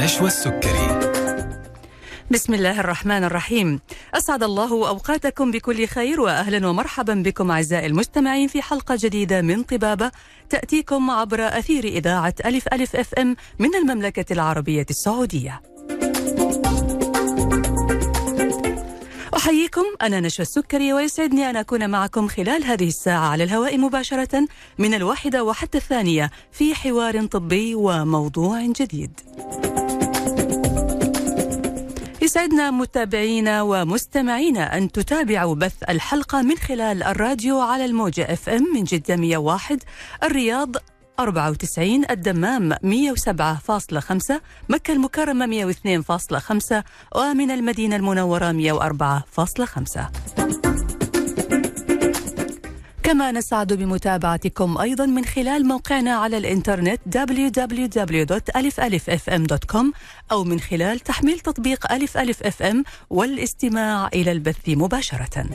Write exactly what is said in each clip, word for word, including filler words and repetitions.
نشوى السكري. بسم الله الرحمن الرحيم. أسعد الله أوقاتكم بكل خير، وأهلا ومرحبا بكم أعزائي المستمعين في حلقة جديدة من طبابة تأتيكم عبر أثير إذاعة ألف ألف اف ام من المملكة العربية السعودية. أحييكم، أنا نشوى السكري، ويسعدني أن أكون معكم خلال هذه الساعة على الهواء مباشرة من الواحدة وحتى الثانية في حوار طبي وموضوع جديد. يسعدنا متابعينا ومستمعينا أن تتابعوا بث الحلقة من خلال الراديو على الموجة اف ام من جدة مئة وواحد، الرياض أربعة وتسعين، الدمام مئة وسبعة فاصلة خمسة، مكة المكرمة مئة واثنين فاصلة خمسة، ومن المدينة المنورة مئة وأربعة فاصلة خمسة. كما نسعد بمتابعتكم أيضا من خلال موقعنا على الإنترنت دبليو دبليو دبليو دوت ألف ألف اف ام دوت كوم، أو من خلال تحميل تطبيق ألف ألف اف ام والاستماع إلى البث مباشرة.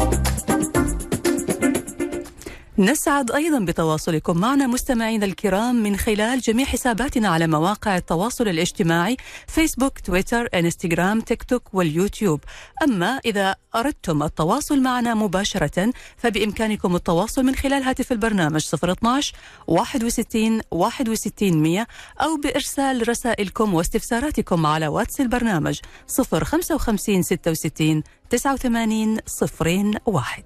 نسعد أيضا بتواصلكم معنا مستمعينا الكرام من خلال جميع حساباتنا على مواقع التواصل الاجتماعي فيسبوك، تويتر، انستغرام، تيك توك واليوتيوب. أما إذا أردتم التواصل معنا مباشرة فبإمكانكم التواصل من خلال هاتف البرنامج صفر اثناش واحد وستين واحد وستين مئة، أو بإرسال رسائلكم واستفساراتكم على واتس البرنامج صفر خمسة وخمسين ستة وستين تسعة وثمانين صفر واحد.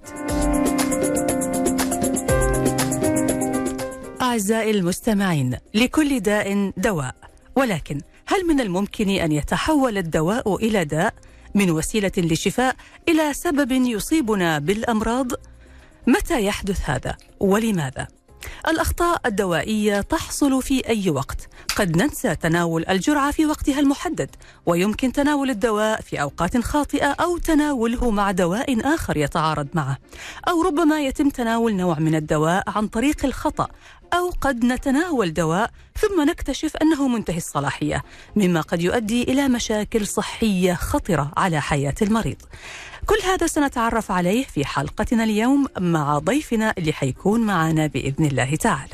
أعزائي المستمعين، لكل داء دواء، ولكن هل من الممكن أن يتحول الدواء إلى داء، من وسيلة للشفاء إلى سبب يصيبنا بالأمراض؟ متى يحدث هذا ولماذا؟ الأخطاء الدوائية تحصل في أي وقت. قد ننسى تناول الجرعة في وقتها المحدد، ويمكن تناول الدواء في أوقات خاطئة أو تناوله مع دواء آخر يتعارض معه، أو ربما يتم تناول نوع من الدواء عن طريق الخطأ، أو قد نتناول دواء ثم نكتشف أنه منتهي الصلاحية، مما قد يؤدي إلى مشاكل صحية خطرة على حياة المريض. كل هذا سنتعرف عليه في حلقتنا اليوم مع ضيفنا اللي حيكون معنا بإذن الله تعالى.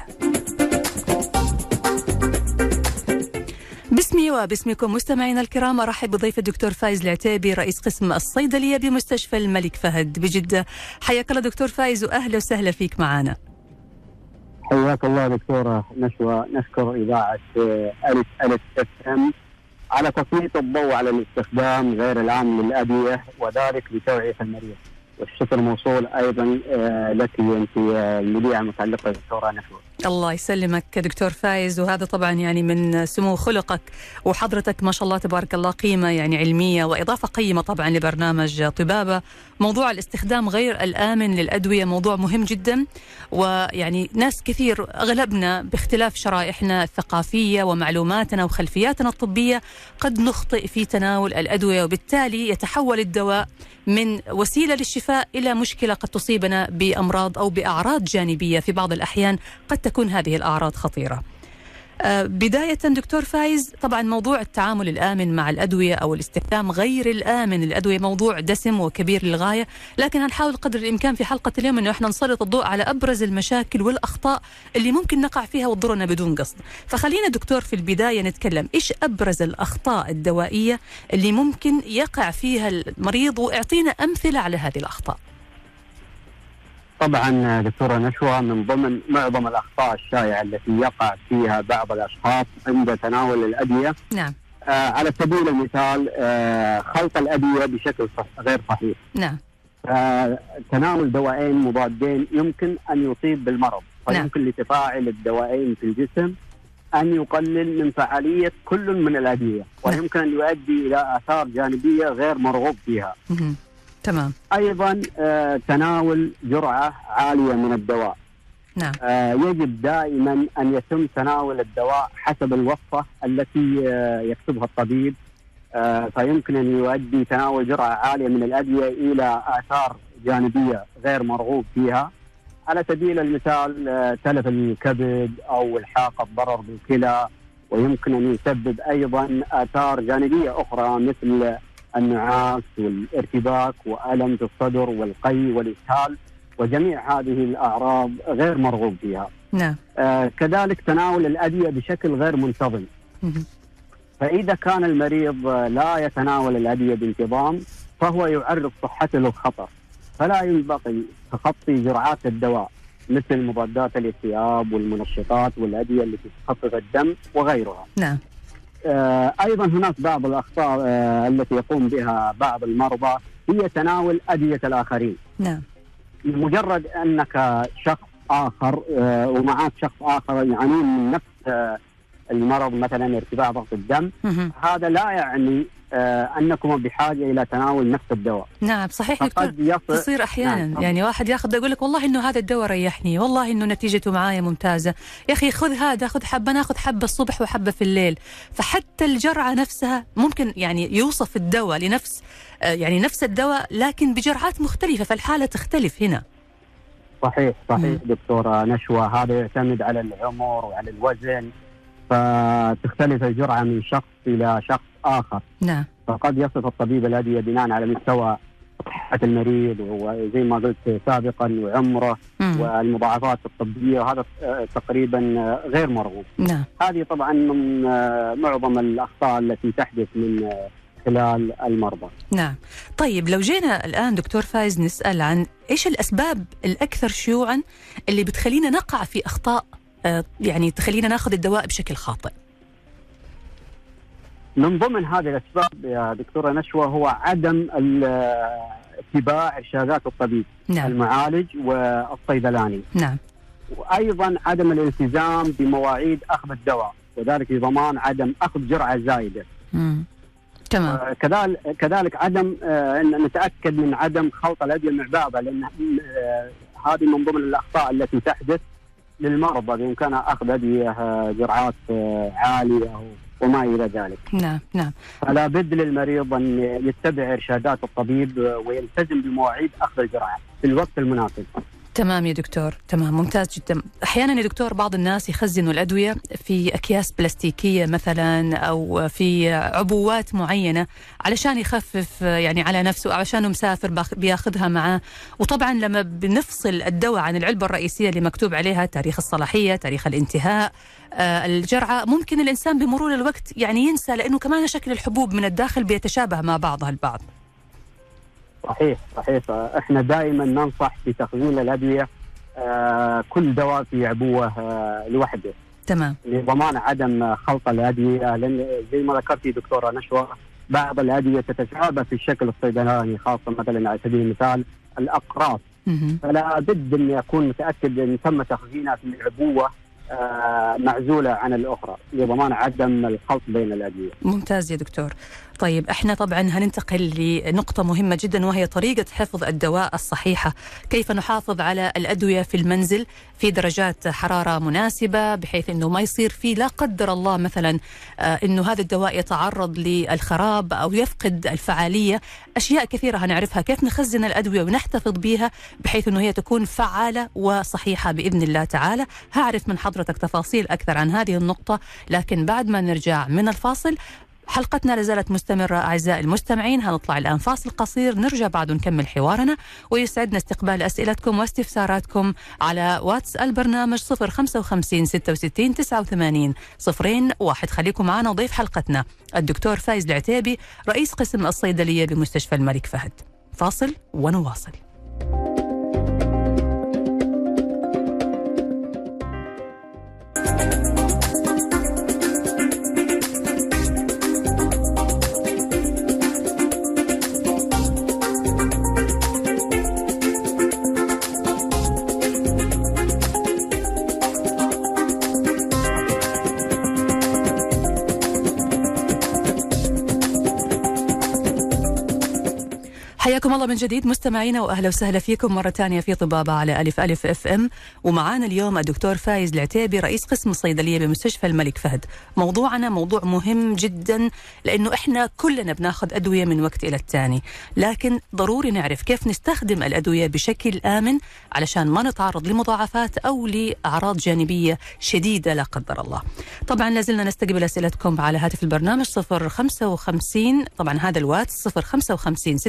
باسمي وباسمكم مستمعينا الكرام، أرحب بضيف الدكتور فايز العتيبي، رئيس قسم الصيدلية بمستشفى الملك فهد بجدة. حياك الله دكتور فايز، وأهلا وسهلا فيك معنا. حياك الله دكتورة نشوى. نشكر إذاعة ألف ألف اف ام على تسليط الضوء على الاستخدام غير العام للأدوية، وذلك لتوعية المريض، والشكر موصول أيضا لك أنت المذيعة المتعلقة دكتورة نشوى. الله يسلمك دكتور فايز، وهذا طبعا يعني من سمو خلقك، وحضرتك ما شاء الله تبارك الله قيمة يعني علمية وإضافة قيمة طبعا لبرنامج طبابة. موضوع الاستخدام غير الآمن للأدوية موضوع مهم جدا، ويعني ناس كثير أغلبنا باختلاف شرائحنا الثقافية ومعلوماتنا وخلفياتنا الطبية قد نخطئ في تناول الأدوية، وبالتالي يتحول الدواء من وسيلة للشفاء إلى مشكلة قد تصيبنا بأمراض أو بأعراض جانبية. في بعض الأحيان قد تكون هذه الأعراض خطيرة. أه بداية دكتور فايز، طبعا موضوع التعامل الآمن مع الأدوية أو الاستخدام غير الآمن للأدوية موضوع دسم وكبير للغاية، لكن هنحاول قدر الإمكان في حلقة اليوم أنه إحنا نسلط الضوء على أبرز المشاكل والأخطاء اللي ممكن نقع فيها وتضرنا بدون قصد. فخلينا دكتور في البداية نتكلم إيش أبرز الأخطاء الدوائية اللي ممكن يقع فيها المريض، وإعطينا أمثلة على هذه الأخطاء. طبعا دكتورة نشوى، من ضمن معظم الأخطاء الشائعة التي يقع فيها بعض الأشخاص عند تناول الأدوية، نعم، آه على سبيل المثال آه خلط الأدوية بشكل صح غير صحيح. نعم. آه تناول دوائين مضادين يمكن أن يصيب بالمرض، فيمكن نعم. لتفاعل الدوائين في الجسم أن يقلل من فعالية كل من الأدوية، ويمكن أن يؤدي إلى آثار جانبية غير مرغوب فيها. مم. تمام. أيضا آه تناول جرعة عالية من الدواء. نعم. آه يجب دائما أن يتم تناول الدواء حسب الوصفة التي آه يكتبها الطبيب، آه فيمكن أن يؤدي تناول جرعة عالية من الأدوية إلى آثار جانبية غير مرغوب فيها. على سبيل المثال آه تلف الكبد أو الحاق الضرر بالكلى، ويمكن أن يسبب أيضا آثار جانبية أخرى مثل النعاس والارتباك وألم في الصدر والقي والإسهال، وجميع هذه الأعراض غير مرغوب فيها. نعم. آه كذلك تناول الأدوية بشكل غير منتظم. فإذا كان المريض لا يتناول الأدوية بانتظام فهو يعرض صحته للخطر، فلا ينبغي تخطي جرعات الدواء مثل مضادات الاكتئاب والمنشطات والأدوية التي تخفف الدم وغيرها. نعم. آه أيضا هناك بعض الأخطاء آه التي يقوم بها بعض المرضى هي تناول أدوية الآخرين. نعم. مجرد أنك شخص آخر آه ومعك شخص آخر يعانون من نفس آه المرض، مثلا ارتفاع ضغط الدم، هذا لا يعني آه أنكم بحاجة إلى تناول نفس الدواء. نعم صحيح دكتور، تصير أحيانا نعم. يعني واحد ياخذ يقول لك والله إنه هذا الدواء ريحني، والله إنه نتيجته معايا ممتازة، يا أخي خذ هذا، خذ حبة، ناخذ حبة الصبح وحبة في الليل. فحتى الجرعة نفسها ممكن يعني يوصف الدواء لنفس آه يعني نفس الدواء لكن بجرعات مختلفة، فالحالة تختلف هنا. صحيح صحيح مم. دكتورة نشوى، هذا يعتمد على العمر وعلى الوزن، فتختلف الجرعة من شخص إلى شخص آخر. نعم. فقد يصف الطبيب الأدوية بناء على مستوى صحة المريض وزي ما قلت سابقا وعمره مم. والمضاعفات الطبية، وهذا تقريبا غير مرغوب. نعم. هذه طبعا من معظم الأخطاء التي تحدث من خلال المرضى. نعم. طيب لو جينا الآن دكتور فايز نسأل عن إيش الأسباب الأكثر شيوعا اللي بتخلينا نقع في أخطاء يعني تخلينا ناخذ الدواء بشكل خاطئ؟ من ضمن هذه الأسباب يا دكتورة نشوى هو عدم اتباع إرشادات الطبيب. نعم. المعالج والصيدلاني. نعم. وأيضا عدم الالتزام بمواعيد أخذ الدواء، وذلك لضمان عدم أخذ جرعة زائدة. مم. تمام. آه كذلك كذلك عدم آه أن نتأكد من عدم خلط الأدوية مع بعضها، لأن آه هذه من ضمن الأخطاء التي تحدث للمرضى بإمكانها أخذ أدوية آه جرعات آه عالية وما إلى ذلك. نعم نعم. فلا بد للمريض أن يتبع إرشادات الطبيب ويلتزم بمواعيد أخذ الجرعة في الوقت المناسب. تمام يا دكتور، تمام، ممتاز جدا. أحيانا يا دكتور بعض الناس يخزنوا الأدوية في أكياس بلاستيكية مثلا أو في عبوات معينة علشان يخفف يعني على نفسه، أو عشانه مسافر بياخذها معاه. وطبعا لما بنفصل الدواء عن العلبة الرئيسية اللي مكتوب عليها تاريخ الصلاحية، تاريخ الانتهاء، آه الجرعة، ممكن الإنسان بمرور الوقت يعني ينسى، لأنه كمان شكل الحبوب من الداخل بيتشابه مع بعضها البعض. صحيح صحيح. احنا دائما ننصح بتخزين الادويه آه كل دواء في عبوه آه لوحده. تمام. لضمان عدم خلط الادويه، لان زي ما ذكرتي دكتوره نشوى بعض الادويه تتشابه في الشكل الصيدلاني، خاصه مثلا على سبيل المثال الاقراص. فلا بد ان يكون متاكد ان تم تخزينها في عبوه آه معزولة عن الأخرى لضمان عدم الخلط بين الأدوية. ممتاز يا دكتور. طيب احنا طبعا هننتقل لنقطة مهمة جدا، وهي طريقة حفظ الدواء الصحيحة. كيف نحافظ على الأدوية في المنزل في درجات حرارة مناسبة، بحيث انه ما يصير فيه لا قدر الله مثلا آه انه هذا الدواء يتعرض للخراب او يفقد الفعالية. اشياء كثيرة هنعرفها، كيف نخزن الأدوية ونحتفظ بها بحيث انه هي تكون فعالة وصحيحة بإذن الله تعالى. هعرف من حضرتك تفاصيل أكثر عن هذه النقطة، لكن بعد ما نرجع من الفاصل. حلقتنا لازالت مستمرة أعزائي المستمعين، هنطلع الآن فاصل قصير، نرجع بعد نكمل حوارنا، ويسعدنا استقبال أسئلتكم واستفساراتكم على واتس البرنامج صفر خمسة وخمسين ستة وستين تسعة وثمانين صفرين واحد. خليكم معنا. وضيف حلقتنا الدكتور فايز العتيبي، رئيس قسم الصيدلية بمستشفى الملك فهد. فاصل ونواصل. حياكم الله من جديد مستمعينا، وأهلا وسهلا فيكم مرة ثانية في طبابة على ألف ألف اف ام. ومعانا اليوم الدكتور فايز العتيبي، رئيس قسم الصيدلية بمستشفى الملك فهد. موضوعنا موضوع مهم جدا، لأنه إحنا كلنا بناخذ أدوية من وقت إلى الثاني، لكن ضروري نعرف كيف نستخدم الأدوية بشكل آمن علشان ما نتعرض لمضاعفات أو لأعراض جانبية شديدة لا قدر الله. طبعا لازلنا نستقبل أسئلتكم على هاتف البرنامج صفر خمسة وخمسين، طبعا هذا الواتس صفر خمسة وخمسين ستة وستين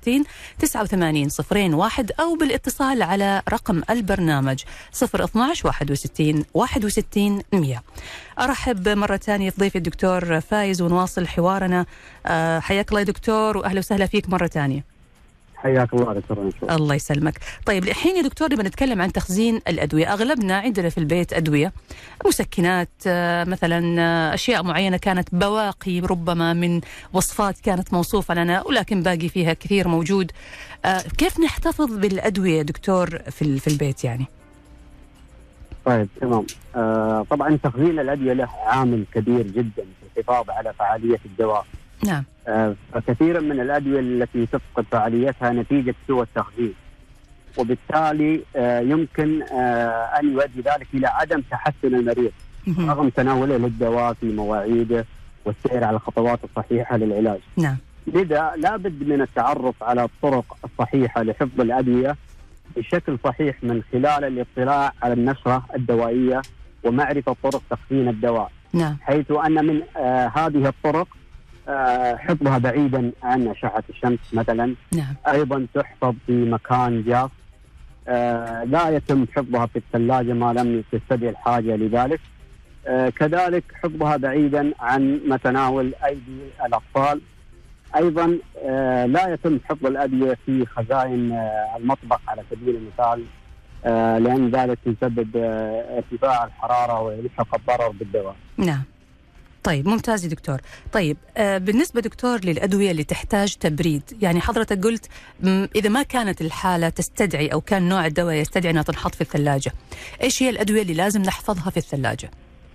وستين تسعة وثمانين صفرين واحد أو بالاتصال على رقم البرنامج صفر اثناش واحد وستين واحد وستين مية. أرحب مرة ثانية في ضيف الدكتور فايز ونواصل حوارنا. أه حياك الله يا دكتور وأهلا وسهلا فيك مرة ثانية. حياك الله دكتور نشوف. الله يسلمك. طيب الحين يا دكتور نبغى نتكلم عن تخزين الأدوية. أغلبنا عندنا في البيت أدوية مسكنات مثلا، أشياء معينة كانت بواقي ربما من وصفات كانت موصوفة لنا ولكن باقي فيها كثير موجود. كيف نحتفظ بالأدوية يا دكتور في في البيت يعني؟ طيب تمام. آه طبعا تخزين الأدوية له عامل كبير جدا في الحفاظ على فعالية الدواء. نعم. آه فكثيرا من الأدوية التي تفقد فعاليتها نتيجة سوء التخزين، وبالتالي آه يمكن آه أن يؤدي ذلك إلى عدم تحسن المريض رغم تناوله للدواء في مواعيده والسير على الخطوات الصحيحة للعلاج. نعم. لذا لابد من التعرف على الطرق الصحيحة لحفظ الأدوية بشكل صحيح من خلال الاطلاع على النشرة الدوائية ومعرفة طرق تخزين الدواء. نعم. حيث أن من آه هذه الطرق آه حفظها بعيدا عن أشعة الشمس مثلا. نعم. أيضا تحفظ في مكان جاف. آه لا يتم حفظها في الثلاجة ما لم تستدعي الحاجة لذلك. آه كذلك حفظها بعيدا عن متناول أيدي الأطفال. أيضا آه لا يتم حفظ الأدوية في خزائن آه المطبخ على سبيل المثال، آه لأن ذلك يسبب آه ارتفاع الحرارة ويلحق الضرر بالدواء. نعم. طيب ممتاز يا دكتور. طيب آه بالنسبة دكتور للأدوية اللي تحتاج تبريد، يعني حضرتك قلت إذا ما كانت الحالة تستدعي أو كان نوع الدواء يستدعي أنها تنحط في الثلاجة، إيش هي الأدوية اللي لازم نحفظها في الثلاجة؟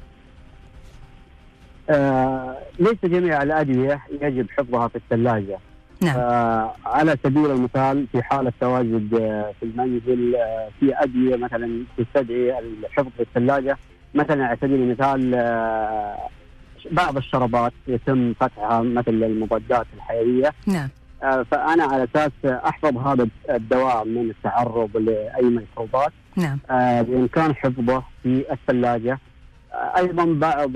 آه ليس جميع الأدوية يجب حفظها في الثلاجة. نعم. آه على سبيل المثال في حالة تواجد آه في المنزل آه في أدوية مثلا تستدعي الحفظ في الثلاجة، مثلا على سبيل المثال آه بعض الشربات يتم فتحها مثل المضادات الحيوية. نعم. آه فأنا على أساس أحفظ هذا الدواء من التعرض لأي ميكروبات. نعم. آه بإمكان حفظه في الثلاجة. أيضا بعض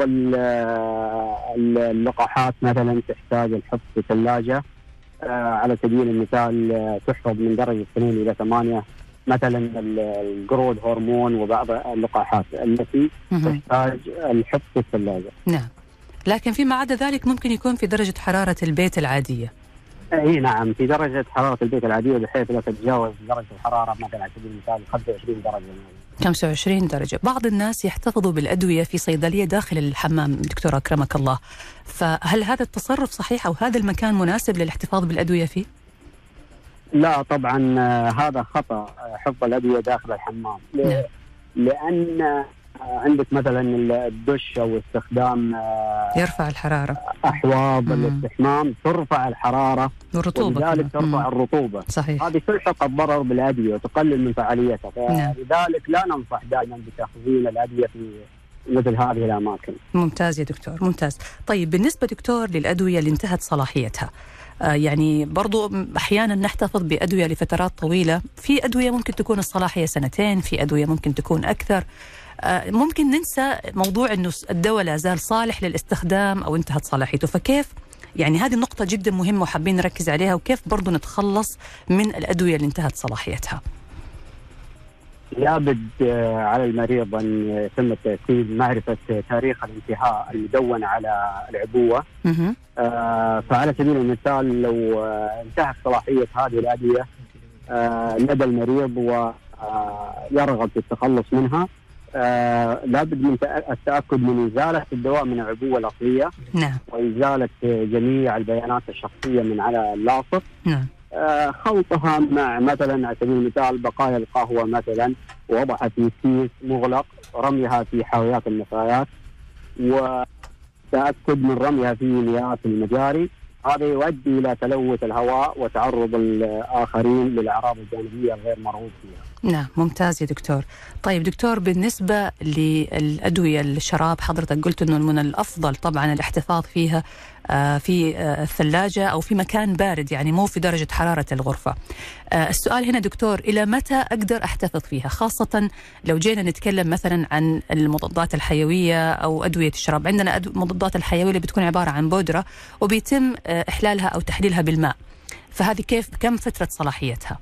اللقاحات مثلا تحتاج الحفظ في الثلاجة، على سبيل المثال تحفظ من درجة اثنين إلى ثمانية، مثلا الجرود هرمون وبعض اللقاحات التي تحتاج الحفظ في الثلاجة. نعم. لكن فيما عدا ذلك ممكن يكون في درجة حرارة البيت العادية. اي نعم، في درجة حرارة البيت العادية بحيث لا تتجاوز درجة الحرارة مثلا على سبيل المثال خمسة وعشرين درجة. خمسة وعشرين درجة. بعض الناس يحتفظوا بالأدوية في صيدلية داخل الحمام دكتور أكرمك الله، فهل هذا التصرف صحيح أو هذا المكان مناسب للاحتفاظ بالأدوية فيه؟ لا طبعا هذا خطأ حفظ الأدوية داخل الحمام. نعم. لأن عندك مثلا الدش أو استخدام يرفع الحرارة، أحواض الاستحمام ترفع الحرارة والرطوبة، ولذلك ترفع مم. الرطوبة. صحيح. هذه تلحق الضرر بالأدوية وتقلل من فعاليتها. نعم. لذلك لا ننصح دائما بتخزين الأدوية في مثل هذه الأماكن. ممتاز يا دكتور، ممتاز. طيب بالنسبة دكتور للأدوية اللي انتهت صلاحيتها، آه يعني برضو أحيانا نحتفظ بأدوية لفترات طويلة، في أدوية ممكن تكون الصلاحية سنتين، في أدوية ممكن تكون أكثر. آه ممكن ننسى موضوع أنه الدواء لا زال صالح للاستخدام أو انتهت صلاحيته، فكيف يعني هذه النقطة جدا مهمة وحابين نركز عليها، وكيف برضو نتخلص من الأدوية اللي انتهت صلاحيتها؟ لابد على المريض أن يتم التأكيد معرفة تاريخ الانتهاء المدون على العبوة. آه فعلى سبيل المثال لو انتهت صلاحية هذه الأدوية آه لدى المريض ويرغب في التخلص منها، آه لابد من التأكد من إزالة الدواء من العبوة الأصلية. نعم. وإزالة جميع البيانات الشخصية من على اللاصق. نعم. آه خلطها مع مثلا على سبيل المثال بقايا القهوة مثلا، ووضعها في كيس مغلق، رميها في حاويات النفايات، وتأكد من رميها في مياه المجاري. هذا يؤدي إلى تلوث الهواء وتعرض الآخرين للأعراض الجانبية الغير مرغوب فيها. نعم. ممتاز يا دكتور. طيب دكتور بالنسبة للأدوية الشراب، حضرتك قلت أنه من الأفضل طبعا الاحتفاظ فيها في الثلاجة أو في مكان بارد، يعني مو في درجة حرارة الغرفة. السؤال هنا دكتور، إلى متى أقدر أحتفظ فيها، خاصة لو جينا نتكلم مثلا عن المضادات الحيوية أو أدوية الشراب؟ عندنا المضادات الحيوية اللي بتكون عبارة عن بودرة وبيتم إحلالها أو تحليلها بالماء. فهذه كيف كم فترة صلاحيتها؟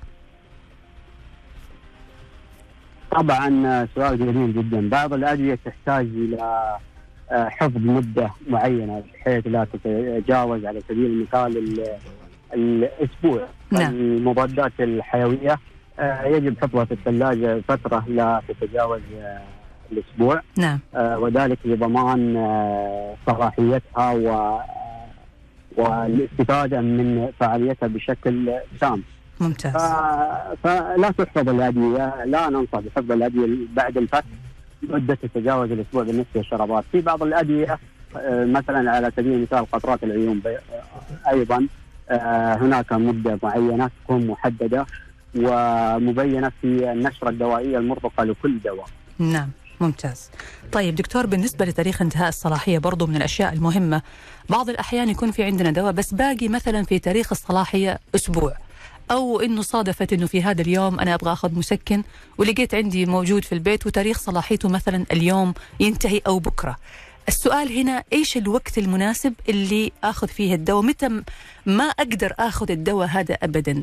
طبعا سؤال جميل جدا. بعض الأدوية تحتاج إلى حفظ مدة معينة بحيث لا تتجاوز على سبيل المثال الأسبوع. نعم. المضادات الحيوية يجب حفظها في الثلاجة فترة لا تتجاوز الأسبوع. نعم. وذلك لضمان صلاحيتها و والاستفادة من فعاليتها بشكل تام. ممتاز. ف... فلا تحفظ الأدوية، لا ننصح بحفظ الأدوية بعد الفتح مدة تتجاوز الأسبوع بالنسبة للشرابات. في بعض الأدوية مثلا على سبيل المثال قطرات العيون أيضا هناك مدة معينة تكون محددة ومبينة في النشرة الدوائية المرفقة لكل دواء. نعم. ممتاز. طيب دكتور، بالنسبة لتاريخ انتهاء الصلاحية برضو من الأشياء المهمة. بعض الأحيان يكون في عندنا دواء بس باقي مثلا في تاريخ الصلاحية أسبوع، أو إنه صادفت إنه في هذا اليوم أنا أبغى أخذ مسكن ولقيت عندي موجود في البيت وتاريخ صلاحيته مثلا اليوم ينتهي أو بكرة. السؤال هنا إيش الوقت المناسب اللي أخذ فيه الدواء؟ متى ما أقدر أخذ الدواء هذا أبدا؟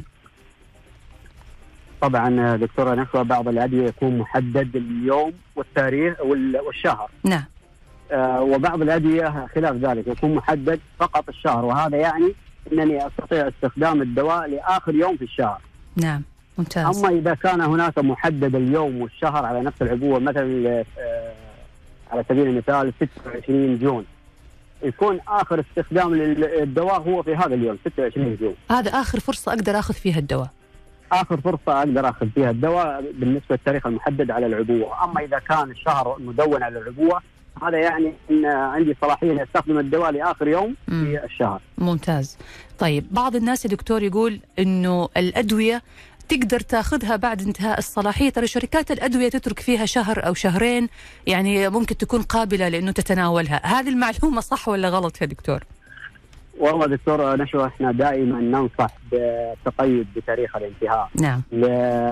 طبعا دكتورة نشوى، بعض الأدوية يكون محدد اليوم والتاريخ والشهر. نعم. آه وبعض الأدوية خلاف ذلك يكون محدد فقط الشهر، وهذا يعني أنني أستطيع استخدام الدواء لآخر يوم في الشهر. نعم. ممتاز. أما إذا كان هناك محدد اليوم والشهر على نفس العبوة، مثلا آه على سبيل المثال ستة وعشرين جون، يكون آخر استخدام للدواء هو في هذا اليوم ستة وعشرين جون. هذا آخر فرصة أقدر أخذ فيها الدواء. آخر فرصة أقدر أخذ فيها الدواء بالنسبة للتاريخ المحدد على العبوة. أما إذا كان الشهر مدون على العبوة، هذا يعني أن عندي صلاحية أستخدم الدواء لآخر يوم م. في الشهر. ممتاز. طيب بعض الناس يا دكتور يقول إنه الأدوية تقدر تاخذها بعد انتهاء الصلاحية، ترى شركات الأدوية تترك فيها شهر أو شهرين، يعني ممكن تكون قابلة لأنه تتناولها. هذه المعلومة صح ولا غلط يا دكتور؟ والله دكتور نشوى، احنا دائما ننصح بالتقيد بتاريخ الانتهاء. نعم. ل...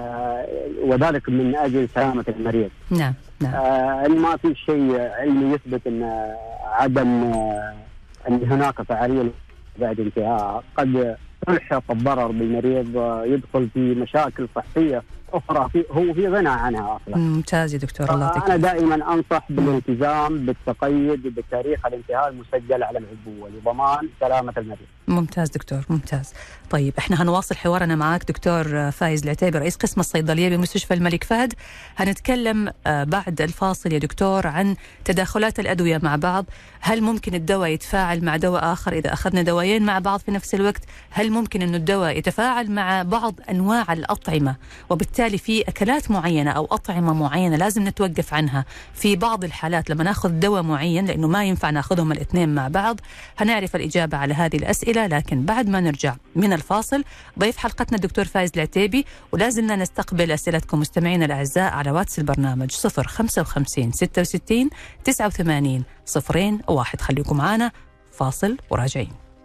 وذلك من اجل سلامه المريض. نعم. نعم. آه ما في شيء علمي يثبت ان عدم آه ان هناك فعاليه بعد انتهاء. قد تلحق الضرر بالمريض، آه يدخل في مشاكل صحيه اخرى في هو في غنى عنها اصلا. ممتاز يا دكتور، الله يعطيك. انا دائما انصح بالالتزام بالتقيد بتاريخ الانتهاء المسجل على العبوه لضمان سلامه المريض. ممتاز دكتور، ممتاز. طيب احنا هنواصل حوارنا معك دكتور فايز العتيبي، رئيس قسم الصيدليه بمستشفى الملك فهد. هنتكلم بعد الفاصل يا دكتور عن تداخلات الادويه مع بعض. هل ممكن الدواء يتفاعل مع دواء اخر اذا اخذنا دوايين مع بعض في نفس الوقت؟ هل ممكن انه الدواء يتفاعل مع بعض انواع الاطعمه، وبالتالي في اكلات معينه او اطعمه معينه لازم نتوقف عنها في بعض الحالات لما ناخذ دواء معين، لانه ما ينفع ناخذهم الاثنين مع بعض؟ هنعرف الاجابه على هذه الاسئله، لكن بعد ما نرجع من الفاصل. ضيف حلقتنا الدكتور فايز العتيبي، ولازلنا نستقبل اسئلتكم مستمعينا الاعزاء على واتس البرنامج صفر خمسة وخمسين ستة وستين تسعة وثمانين صفرين واحد. خليكم معنا، فاصل وراجعين.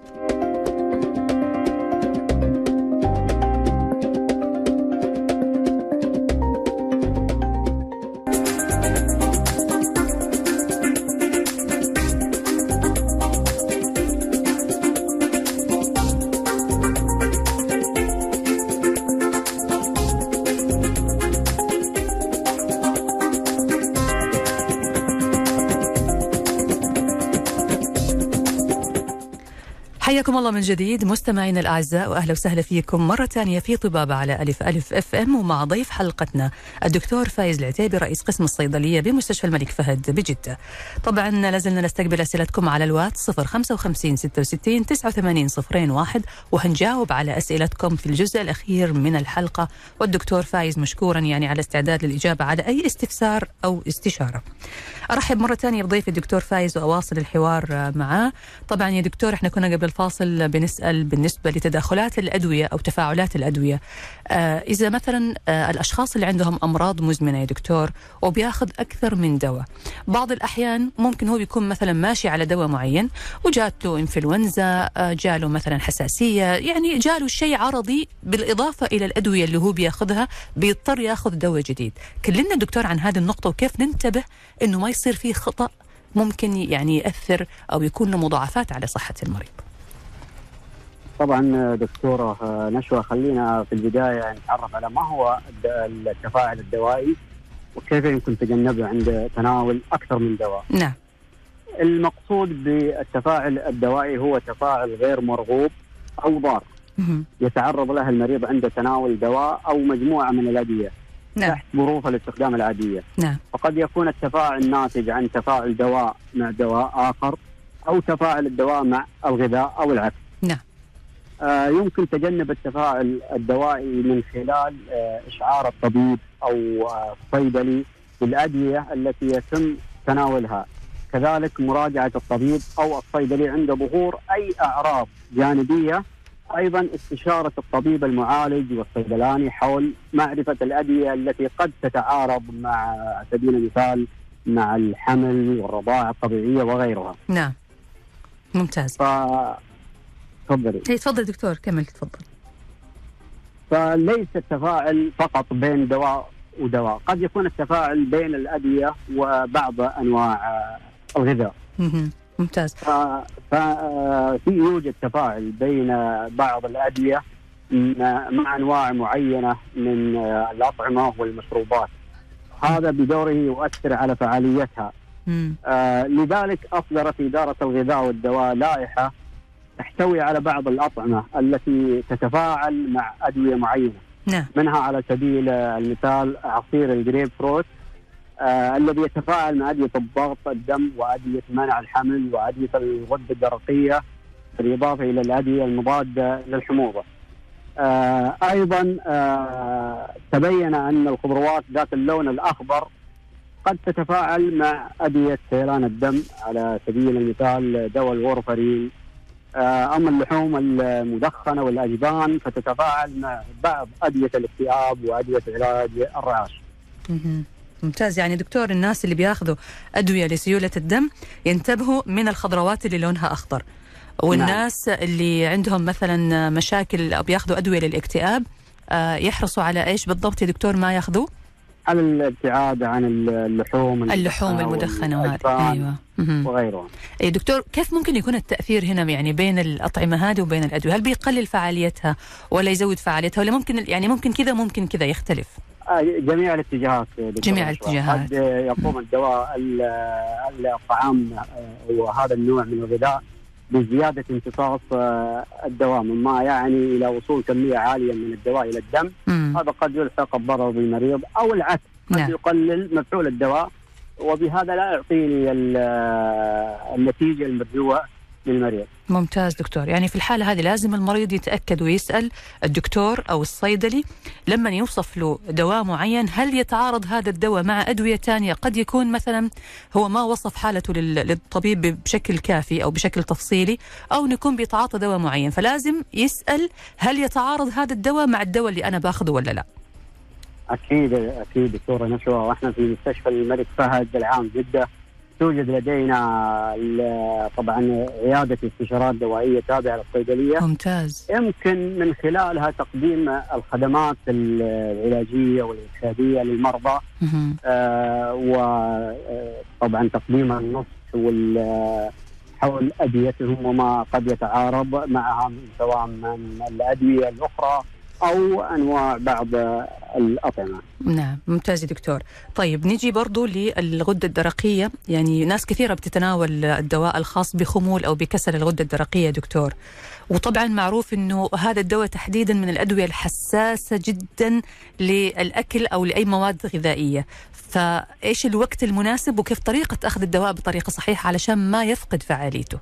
حياكم الله من جديد مستمعينا الأعزاء، وأهلا وسهلا فيكم مرة ثانية في طبابة على ألف ألف اف ام، ومع ضيف حلقتنا الدكتور فايز العتيبي رئيس قسم الصيدلية بمستشفى الملك فهد بجدة. طبعا لازلنا نستقبل أسئلتكم على الواتس صفر خمسة وخمسين ستة وستين تسعة وثمانين صفرين واحد، وهنجاوب على أسئلتكم في الجزء الأخير من الحلقة، والدكتور فايز مشكورا يعني على استعداد للإجابة على أي استفسار أو استشارة. أرحب مرة ثانية بضيف الدكتور فايز وأواصل الحوار معاه. طبعا يا دكتور احنا كنا قبل الفاصل بنسأل بالنسبة لتداخلات الأدوية أو تفاعلات الأدوية. آه إذا مثلا آه الأشخاص اللي عندهم أمراض مزمنة يا دكتور وبياخذ أكثر من دواء، بعض الأحيان ممكن هو بيكون مثلا ماشي على دواء معين وجات له إنفلونزا، آه جاله مثلا حساسية، يعني جاله شيء عرضي بالإضافة إلى الأدوية اللي هو بياخذها، بيضطر ياخذ دواء جديد. كلمنا دكتور عن هذه النقطة وكيف ننتبه إنه ما يصير فيه خطأ ممكن يعني يأثر أو يكون له مضاعفات على صحة المريض. طبعا دكتورة نشوى، خلينا في البداية نتعرف على ما هو التفاعل الدوائي وكيف يمكن تجنبه عند تناول أكثر من دواء. نعم. المقصود بالتفاعل الدوائي هو تفاعل غير مرغوب أو ضار يتعرض له المريض عند تناول دواء أو مجموعة من الأدوية نعم. تحت ظروف الاستخدام العادية. نعم. فقد يكون التفاعل ناتج عن تفاعل دواء مع دواء آخر أو تفاعل الدواء مع الغذاء أو العكس. نعم. آه يمكن تجنب التفاعل الدوائي من خلال آه إشعار الطبيب أو آه الصيدلي بالأدوية التي يتم تناولها، كذلك مراجعة الطبيب أو الصيدلي عند ظهور أي أعراض جانبية، أيضا استشارة الطبيب المعالج والصيدلاني حول معرفة الأدوية التي قد تتعارض مع على سبيل المثال مع الحمل والرضاعة الطبيعية وغيرها. نعم. ممتاز. ف... تفضلي. اي تفضل دكتور، كمل تفضل. فليس التفاعل فقط بين دواء ودواء، قد يكون التفاعل بين الأدوية وبعض أنواع الغذاء. ممتاز. ففي يوجد تفاعل بين بعض الأدوية مع أنواع معينة من الأطعمة والمشروبات، هذا بدوره يؤثر على فعاليتها. آه لذلك أصدرت إدارة الغذاء والدواء لائحة تحتوي على بعض الأطعمة التي تتفاعل مع أدوية معينة. نعم. منها على سبيل المثال عصير الجريب فروت آه الذي يتفاعل مع أدوية الضغط الدم وأدوية منع الحمل وأدوية الغدة الدرقية، بالإضافة إلى الأدوية المضادة للحموضة. آه أيضا آه تبين أن الخضروات ذات اللون الأخضر قد تتفاعل مع أدوية سيلان الدم، على سبيل المثال دواء الورفرين. آه أما اللحوم المدخنة والأجبان فتتفاعل مع بعض أدوية الاكتئاب وأدوية علاج الرعاش. ممتاز. يعني دكتور، الناس اللي بياخذوا أدوية لسيولة الدم ينتبهوا من الخضروات اللي لونها أخضر، والناس نعم. اللي عندهم مثلا مشاكل أو بياخذوا أدوية للاكتئاب آه يحرصوا على إيش بالضبط يا دكتور ما ياخذوا؟ على الابتعاد عن اللحوم اللحوم المدخنة وهذه. أيوة. وغيرها. أي دكتور، كيف ممكن يكون التأثير هنا يعني بين الأطعمة هذه وبين الأدوية؟ هل بيقلل فعاليتها ولا يزود فعاليتها، ولا ممكن يعني ممكن كذا ممكن كذا يختلف؟ جميع الاتجاهات. جميع الاتجاهات. قد يقوم الدواء الطعام وهذا النوع من الغذاء بزيادة امتصاص الدواء، مما يعني إلى وصول كمية عالية من الدواء إلى الدم. مم. هذا قد يلحق الضرر بالمريض أو العكس، قد نعم. يقلل مفعول الدواء وبهذا لا يعطيني النتيجة المرجوة للمريض. ممتاز دكتور. يعني في الحالة هذه لازم المريض يتأكد ويسأل الدكتور أو الصيدلي لما يوصف له دواء معين هل يتعارض هذا الدواء مع أدوية تانية. قد يكون مثلا هو ما وصف حالته للطبيب بشكل كافي أو بشكل تفصيلي، أو نكون بيتعاطى دواء معين، فلازم يسأل هل يتعارض هذا الدواء مع الدواء اللي أنا باخذه ولا لا. أكيد أكيد دكتورة نشوى، وإحنا في مستشفى الملك فهد العام جدة توجد لدينا طبعا عيادة استشارات دوائية تابعة للصيدلية. ممتاز. يمكن من خلالها تقديم الخدمات العلاجية والإرشادية للمرضى، آه وطبعا تقديم النصح حول أدويتهم وما قد يتعارض معها سواء من الأدوية الأخرى أو أنواع بعض الأطعمة. نعم. ممتاز دكتور. طيب نيجي برضو للغدة الدرقية. يعني ناس كثيرة بتتناول الدواء الخاص بخمول أو بكسر الغدة الدرقية دكتور، وطبعا معروف أنه هذا الدواء تحديدا من الأدوية الحساسة جدا للأكل أو لأي مواد غذائية، فإيش الوقت المناسب وكيف طريقة أخذ الدواء بطريقة صحيحة علشان ما يفقد فعاليته؟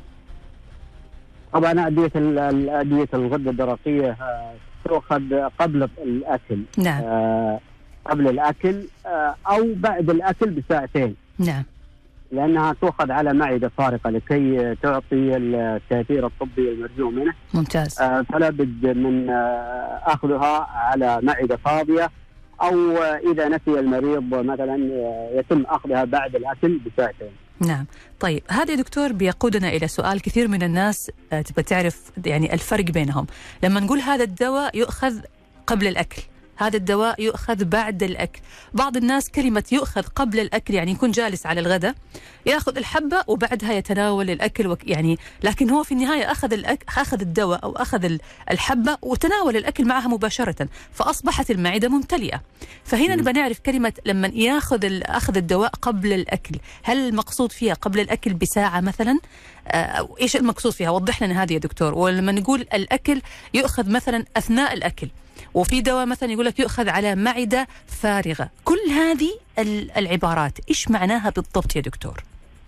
طبعا أدوية أدوية الغدة الدرقية تؤخذ قبل الأكل. نعم. آه قبل الأكل آه أو بعد الأكل بساعتين. نعم. لأنها تؤخذ على معدة فارقة لكي تعطي التأثير الطبي المرجو منه. ممتاز. آه فلا بد من آه أخذها على معدة فاضية، أو إذا نسي المريض مثلا يتم أخذها بعد الأكل بساعتين. نعم. طيب هذا يا دكتور بيقودنا إلى سؤال كثير من الناس تبغى تعرف يعني الفرق بينهم. لما نقول هذا الدواء يؤخذ قبل الأكل، هذا الدواء يؤخذ بعد الأكل. بعض الناس كلمة يؤخذ قبل الأكل يعني يكون جالس على الغداء يأخذ الحبة وبعدها يتناول الأكل وك يعني، لكن هو في النهاية أخذ الأك... أخذ الدواء أو أخذ الحبة وتناول الأكل معها مباشرة، فأصبحت المعدة ممتلئة. فهنا نبغى نعرف كلمة لما يأخذ ال... أخذ الدواء قبل الأكل، هل المقصود فيها قبل الأكل بساعة مثلا؟ آه... إيش المقصود فيها؟ وضح لنا هذه يا دكتور. ولما نقول الأكل يؤخذ مثلا أثناء الأكل، وفي دواء مثلا يقول لك يؤخذ على معدة فارغة، كل هذه العبارات إيش معناها بالضبط يا دكتور؟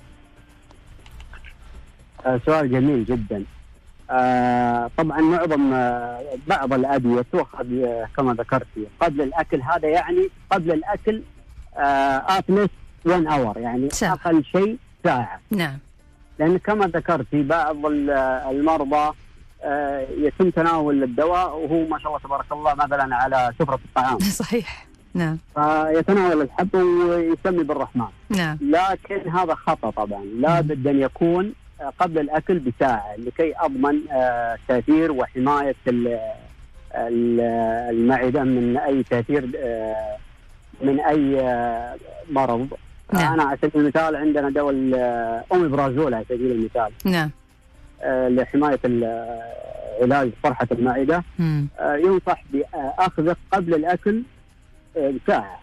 آه سؤال جميل جدا. آه طبعا معظم آه بعض الأدوية تؤخذ آه كما ذكرتي قبل الأكل، هذا يعني قبل الأكل أتلس ون أور، يعني ساعة. أقل شيء ساعة. نعم. لأن كما ذكرتي بعض المرضى آه يتم تناول الدواء وهو ما شاء الله تبارك الله مثلا على سفرة الطعام. صحيح. نعم. فيتناول الحب ويسمي بالرحمن. نعم. لكن هذا خطأ طبعا، لا بد أن يكون قبل الأكل بساعة لكي أضمن آه تأثير وحماية المعدة من أي تأثير آه من أي آه مرض. نعم. أنا على سبيل المثال عندنا دواء الأوميبرازول على سبيل المثال. نعم. آه لحماية علاج فرحة المعدة. آه ينصح بأخذه قبل الأكل آه بساعة.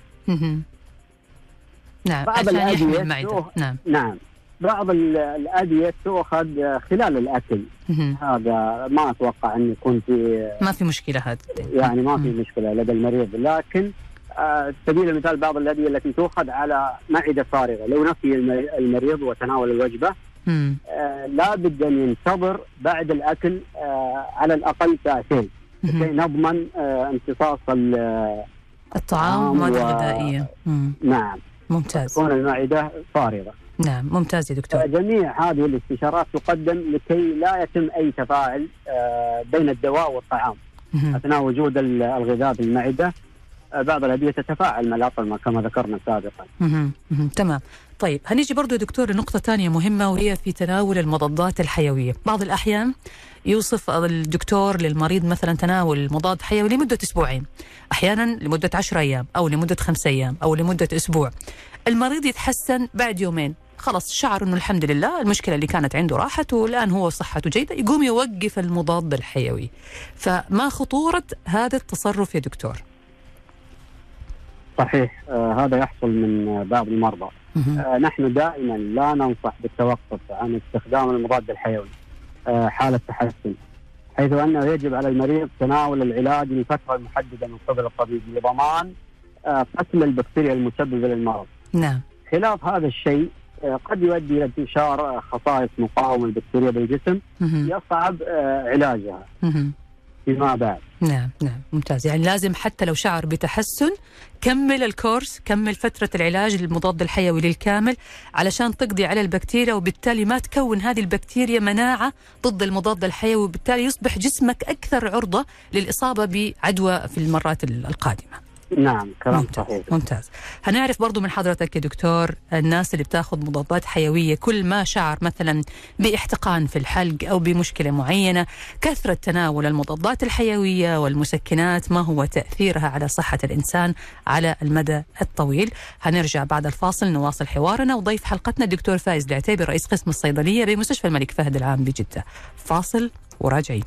نعم. بعض الأدوية نعم. نعم. بعض الأدوية تؤخذ خلال الأكل. هذا ما أتوقع أن يكون في ما في مشكلة، هذا يعني ما في مشكلة لدى المريض. لكن آه سبيل المثال بعض الأدوية التي تؤخذ على معدة فارغة، لو نفي المريض وتناول الوجبة آه لا بد أن ينتظر بعد الأكل آه على الأقل ساعتين لكي نضمن آه امتصاص الطعام والمواد الغذائية. نعم. ممتاز. تكون المعدة فارغة. نعم. ممتاز يا دكتور. جميع هذه الاستشارات تقدم لكي لا يتم أي تفاعل بين الدواء والطعام أثناء وجود الغذاء في المعدة. بعض الأدوية تتفاعل مع العقل كما ذكرنا سابقا. تمام. طيب هنيجي برضو يا دكتور لنقطة ثانية مهمة، وهي في تناول المضادات الحيوية. بعض الأحيان يوصف الدكتور للمريض مثلا تناول مضاد حيوي لمدة أسبوعين، أحيانا لمدة عشر أيام أو لمدة خمس أيام أو لمدة أسبوع. المريض يتحسن بعد يومين، خلاص شعر أنه الحمد لله المشكلة اللي كانت عنده راحت والآن هو صحته جيدة، يقوم يوقف المضاد الحيوي. فما خطورة هذا التصرف يا دكتور؟ صحيح. آه هذا يحصل من بعض المرضى. آه نحن دائما لا ننصح بالتوقف عن استخدام المضاد الحيوي آه حالة تحسن، حيث أنه يجب على المريض تناول العلاج لفترة محددة من قبل الطبيب لضمان آه قتل البكتيريا المسببة للمرض. نعم. خلاف هذا الشيء آه قد يؤدي إلى انتشار خصائص مقاومة البكتيريا بالجسم يصعب آه علاجها فيما بعد. نعم. نعم. ممتاز. يعني لازم حتى لو شعر بتحسن كمل الكورس، كمل فترة العلاج للمضاد الحيوي للكامل علشان تقضي على البكتيريا، وبالتالي ما تكون هذه البكتيريا مناعة ضد المضاد الحيوي، وبالتالي يصبح جسمك أكثر عرضة للإصابة بعدوى في المرات القادمة. نعم كلام ممتاز. صحيح. ممتاز. هنعرف برضو من حضرتك يا دكتور، الناس اللي بتاخذ مضادات حيوية كل ما شعر مثلا باحتقان في الحلق أو بمشكلة معينة، كثرة تناول المضادات الحيوية والمسكنات ما هو تأثيرها على صحة الإنسان على المدى الطويل؟ هنرجع بعد الفاصل نواصل حوارنا، وضيف حلقتنا الدكتور فايز العتيبي رئيس قسم الصيدلية بمستشفى الملك فهد العام بجدة. فاصل وراجعين.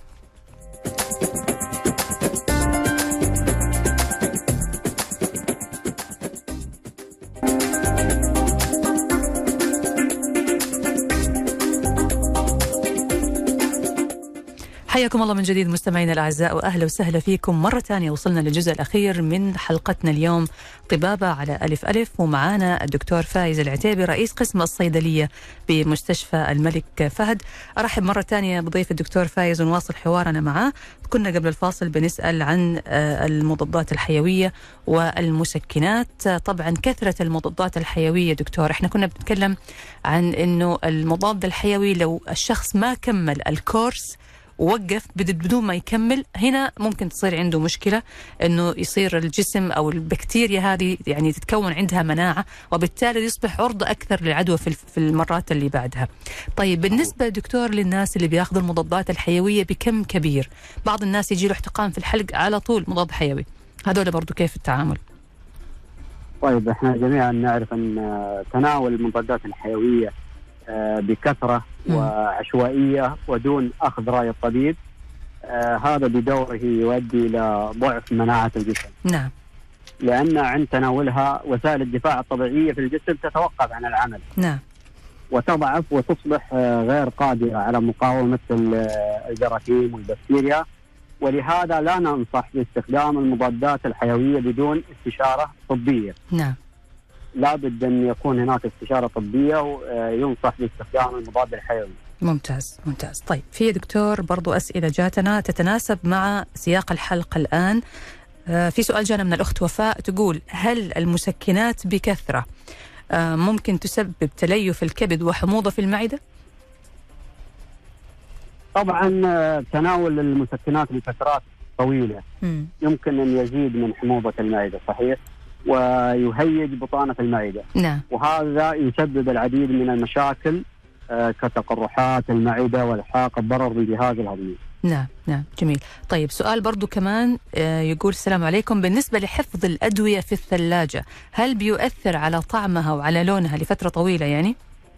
حياكم الله من جديد مستمعينا الأعزاء، وأهلا وسهلا فيكم مرة ثانية. وصلنا للجزء الأخير من حلقتنا اليوم، طبابة على ألف ألف، ومعانا الدكتور فايز العتيبي رئيس قسم الصيدلية بمستشفى الملك فهد. أرحب مرة ثانية بضيف الدكتور فايز ونواصل حوارنا معاه. كنا قبل الفاصل بنسأل عن المضادات الحيوية والمسكنات. طبعا كثرة المضادات الحيوية دكتور، احنا كنا بنتكلم عن انه المضاد الحيوي لو الشخص ما كمل الكورس ووقف بدون ما يكمل، هنا ممكن تصير عنده مشكلة انه يصير الجسم او البكتيريا هذه يعني تتكون عندها مناعة، وبالتالي يصبح عرضة اكثر للعدوى في المرات اللي بعدها. طيب بالنسبة دكتور للناس اللي بياخذوا المضادات الحيوية بكم كبير، بعض الناس يجي له احتقان في الحلق على طول مضاد حيوي، هذول برضو كيف التعامل؟ طيب احنا جميعا نعرف ان تناول المضادات الحيوية بكثرة م. وعشوائية ودون أخذ رأي الطبيب آه هذا بدوره يؤدي إلى ضعف مناعة الجسم. نعم. لأن عند تناولها وسائل الدفاع الطبيعية في الجسم تتوقف عن العمل. نعم. وتضعف وتصبح غير قادرة على مقاومة الجراثيم والبكتيريا، ولهذا لا ننصح باستخدام المضادات الحيوية بدون استشارة طبية. نعم. لا بد أن يكون هناك استشارة طبية وينصح باستخدام المضاد الحيوي. ممتاز ممتاز. طيب في دكتور برضو أسئلة جاتنا تتناسب مع سياق الحلقة الآن. آه في سؤال جانا من الأخت وفاء تقول: هل المسكنات بكثرة آه ممكن تسبب تليف الكبد وحموضة في المعدة؟ طبعا تناول المسكنات لفترات طويلة م. يمكن أن يزيد من حموضة المعدة، صحيح، ويهيج بطانة المعدة. نعم. وهذا يسبب العديد من المشاكل آه كتقرحات المعدة والحاق الضرر بالجهاز الهضمي. نعم نعم جميل. طيب سؤال برضو كمان آه يقول: السلام عليكم، بالنسبة لحفظ الأدوية في الثلاجة هل بيؤثر على طعمها وعلى لونها لفترة طويلة يعني؟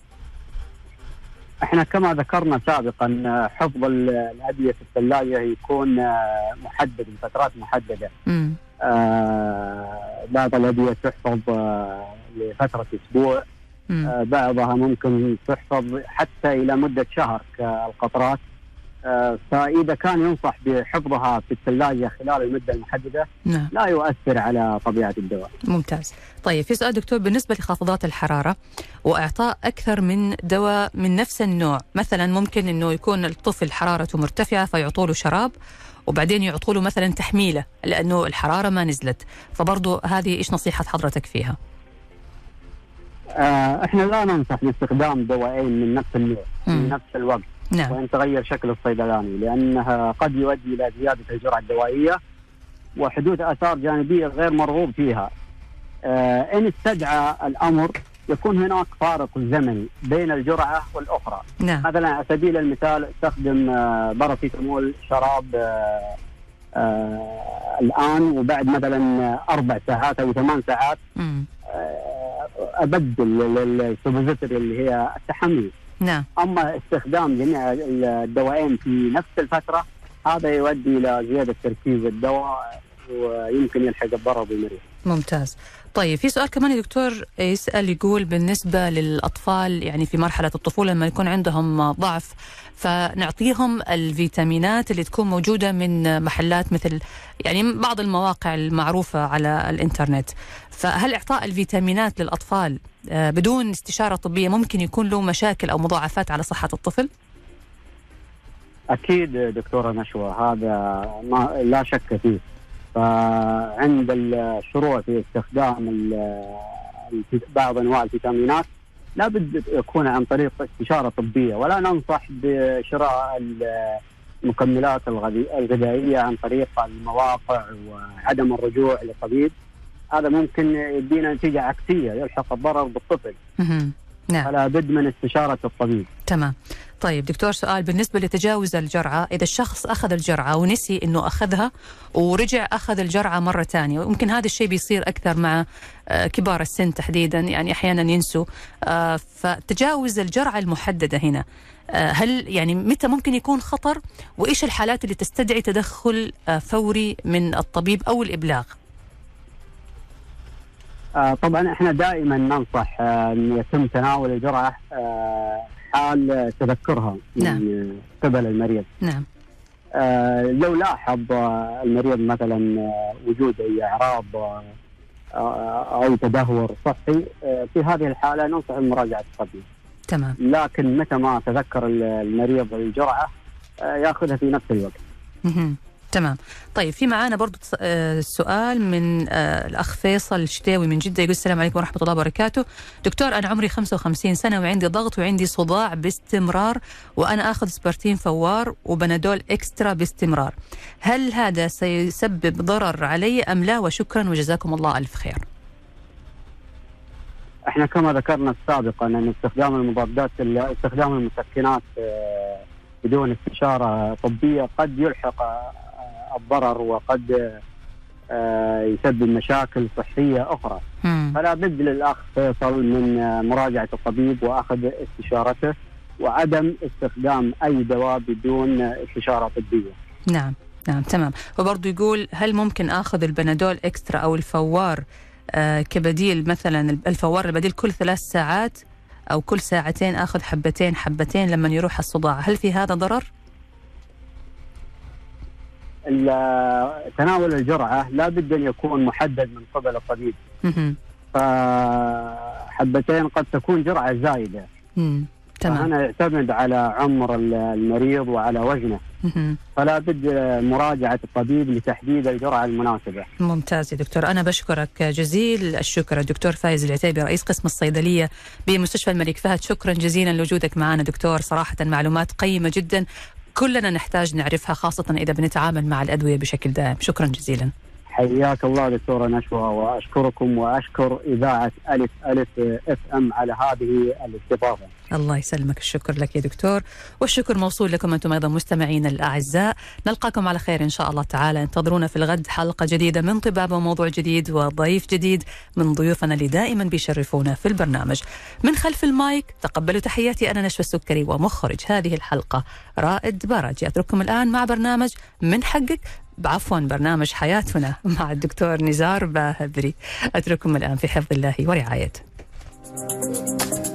احنا كما ذكرنا سابقا حفظ الأدوية في الثلاجة يكون محدد لفترات محددة. م. آه بعض الأدوية تحفظ آه لفترة أسبوع، آه بعضها ممكن تحفظ حتى إلى مدة شهر كالقطرات. آه فإذا كان ينصح بحفظها في الثلاجة خلال المدة المحددة نعم. لا يؤثر على طبيعة الدواء. ممتاز. طيب في سؤال دكتور بالنسبة لخافضات الحرارة وإعطاء أكثر من دواء من نفس النوع، مثلا ممكن أنه يكون الطفل حرارته مرتفعة فيعطوا له شراب وبعدين يعطوا له مثلا تحميلة لأنه الحرارة ما نزلت، فبرضو هذه إيش نصيحة حضرتك فيها؟ آه احنا لا ننصح باستخدام دواءين من نفس النوع في نفس الوقت. نعم. وإن تغير شكل الصيدلاني، لأنها قد يؤدي إلى زيادة الجرعة الدوائية وحدوث آثار جانبية غير مرغوب فيها. آه إن استدعى الأمر يكون هناك فارق زمني بين الجرعة والأخرى. نعم. مثلا على سبيل المثال استخدم آه باراسيتامول شراب آه آه الآن، وبعد مثلا أربع ساعات أو ثمان ساعات آه أبدل السوبوزيتوري اللي هي التحميل. نعم. أما استخدام جميع الدوائين في نفس الفترة هذا يؤدي إلى زيادة تركيز الدواء ويمكن يلحق الضرر بالمريض. ممتاز. طيب في سؤال كمان يا دكتور يسأل يقول: بالنسبة للأطفال يعني في مرحلة الطفولة لما يكون عندهم ضعف فنعطيهم الفيتامينات اللي تكون موجودة من محلات مثل يعني بعض المواقع المعروفة على الإنترنت، فهل إعطاء الفيتامينات للأطفال بدون استشارة طبية ممكن يكون له مشاكل أو مضاعفات على صحة الطفل؟ أكيد دكتورة نشوى، هذا ما لا شك فيه. فعند الشروع في استخدام بعض أنواع الفيتامينات لابد يكون عن طريق استشارة طبية، ولا ننصح بشراء المكملات الغذائية عن طريق المواقع وعدم الرجوع للطبيب. هذا ممكن يدينا نتيجة عكسية يلحق الضرر بالطفل. نعم. فلا بد من استشارة الطبيب. تمام. طيب دكتور سؤال بالنسبة لتجاوز الجرعة، إذا الشخص أخذ الجرعة ونسي إنه أخذها ورجع أخذ الجرعة مرة تانية، ويمكن هذا الشيء بيصير أكثر مع كبار السن تحديدا، يعني أحيانا ينسوا، فتجاوز الجرعة المحددة هنا هل يعني متى ممكن يكون خطر، وإيش الحالات اللي تستدعي تدخل فوري من الطبيب أو الإبلاغ؟ آه طبعا احنا دائما ننصح آه ان يتم تناول الجرعه آه حال تذكرها من نعم. قبل المريض. نعم. آه لو لاحظ آه المريض مثلا آه وجود اي اعراض آه او تدهور صحي، آه في هذه الحاله ننصح بمراجعه الطبيب. تمام. لكن متى ما تذكر المريض الجرعه آه ياخذها في نفس الوقت. مه. تمام. طيب في معانا برضو سؤال من الأخ فيصل الشتاوي من جدة، يقول: السلام عليكم ورحمة الله وبركاته، دكتور أنا عمري خمسة وخمسين سنة وعندي ضغط وعندي صداع باستمرار، وأنا أخذ سبارتين فوار وبنادول إكسترا باستمرار، هل هذا سيسبب ضرر علي أم لا؟ وشكرا وجزاكم الله ألف خير. احنا كما ذكرنا سابقا أن استخدام المضادات استخدام المسكنات بدون استشارة طبية قد يلحق الضرر وقد يسبب مشاكل صحية أخرى. مم. فلا بد للأخ فيصل من مراجعة الطبيب وأخذ استشارته، وعدم استخدام أي دواء بدون استشارة طبية. نعم نعم تمام. وبرضه يقول هل ممكن آخذ البنادول إكسترا أو الفوار آه كبديل، مثلا الفوار البديل كل ثلاث ساعات أو كل ساعتين آخذ حبتين حبتين لما يروح الصداع، هل في هذا ضرر؟ تناول الجرعة لا بد أن يكون محدد من قبل الطبيب. فحبتين قد تكون جرعة زايدة. مم. تمام. فهنا يعتمد على عمر المريض وعلى وزنه. مم. فلا بد مراجعة الطبيب لتحديد الجرعة المناسبة. ممتاز يا دكتور، أنا بشكرك جزيل الشكر الدكتور فايز العتيبي رئيس قسم الصيدلية بمستشفى الملك فهد. شكرا جزيلا لوجودك معنا دكتور، صراحة معلومات قيمة جدا كلنا نحتاج نعرفها، خاصة إذا بنتعامل مع الأدوية بشكل دائم. شكرا جزيلا. حياك الله دكتورة نشوى، وأشكركم وأشكر إذاعة ألف ألف اف ام على هذه الاستضافة. الله يسلمك، الشكر لك يا دكتور، والشكر موصول لكم أنتم أيضا مستمعين الأعزاء. نلقاكم على خير إن شاء الله تعالى. انتظرونا في الغد حلقة جديدة من طبابة وموضوع جديد وضيف جديد من ضيوفنا اللي دائما بيشرفونا في البرنامج. من خلف المايك تقبلوا تحياتي، أنا نشوى السكري، ومخرج هذه الحلقة رائد باراجي. أترككم الآن مع برنامج من حقك، بعفوا برنامج حياتنا مع الدكتور نزار باهبري. أترككم الآن في حفظ الله ورعايته.